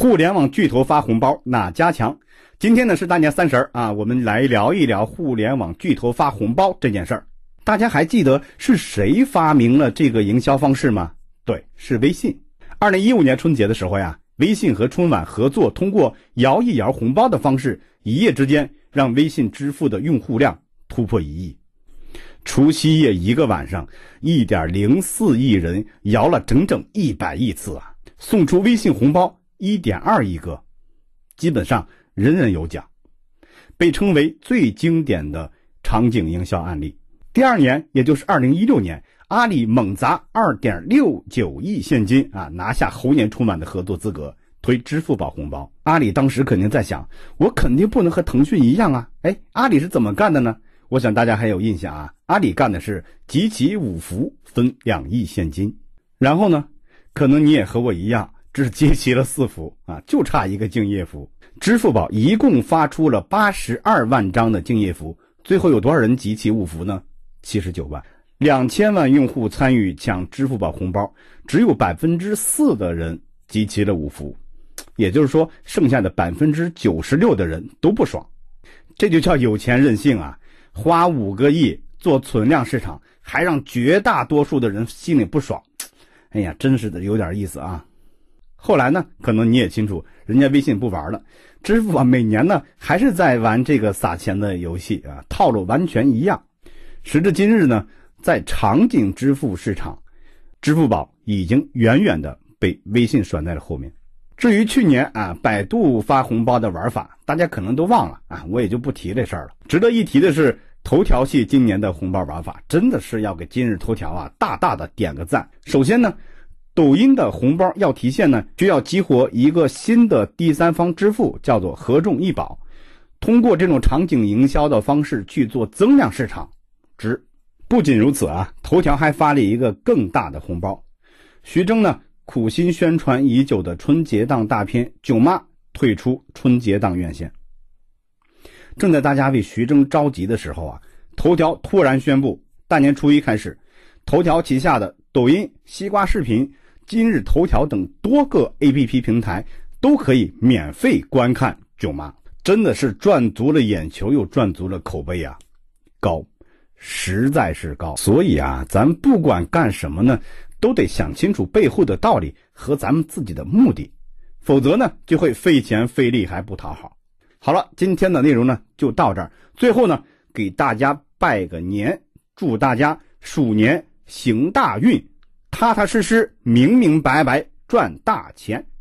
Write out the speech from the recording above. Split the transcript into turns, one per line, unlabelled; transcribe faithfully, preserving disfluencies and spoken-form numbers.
互联网巨头发红包哪家强？今天呢是大年三十啊，我们来聊一聊互联网巨头发红包这件事儿。大家还记得是谁发明了这个营销方式吗？对，是微信。二零一五年春节的时候呀，微信和春晚合作，通过摇一摇红包的方式，一夜之间让微信支付的用户量突破一亿。除夕夜一个晚上 一点零四亿人摇了整整一百亿次啊，送出微信红包 一点二亿个，基本上人人有奖，被称为最经典的场景营销案例。第二年，也就是二零一六年，阿里猛砸 二点六九亿现金啊，拿下猴年春晚的合作资格，推支付宝红包。阿里当时肯定在想，我肯定不能和腾讯一样啊，哎，阿里是怎么干的呢？我想大家还有印象啊，阿里干的是集齐五福分两亿现金。然后呢，可能你也和我一样，只集齐了四福啊，就差一个敬业福。支付宝一共发出了八十二万张的敬业福，最后有多少人集齐五福呢？七十九万。两千万用户参与抢支付宝红包，只有 百分之四 的人集齐了五福，也就是说剩下的 百分之九十六 的人都不爽。这就叫有钱任性啊，花五个亿做存量市场，还让绝大多数的人心里不爽。哎呀，真是的有点意思啊。后来呢，可能你也清楚，人家微信不玩了，支付宝每年呢还是在玩这个撒钱的游戏啊，套路完全一样。时至今日呢，在场景支付市场，支付宝已经远远的被微信甩在了后面。至于去年啊，百度发红包的玩法，大家可能都忘了啊，我也就不提这事儿了。值得一提的是，头条系今年的红包玩法真的是要给今日头条啊大大的点个赞。首先呢，抖音的红包要提现呢，需要激活一个新的第三方支付，叫做合众易宝，通过这种场景营销的方式去做增量市场。值。不仅如此啊，头条还发了一个更大的红包。徐峥呢，苦心宣传已久的春节档大片《囧妈》退出春节档院线。正在大家为徐峥着急的时候啊，头条突然宣布，大年初一开始，头条旗下的抖音、西瓜视频、今日头条等多个 A P P 平台都可以免费观看《囧妈》，真的是赚足了眼球，又赚足了口碑啊，高。实在是高。所以啊，咱不管干什么呢，都得想清楚背后的道理和咱们自己的目的，否则呢就会费钱费力还不讨好。好了，今天的内容呢就到这儿。最后呢，给大家拜个年，祝大家鼠年行大运，踏踏实实明明白白赚大钱。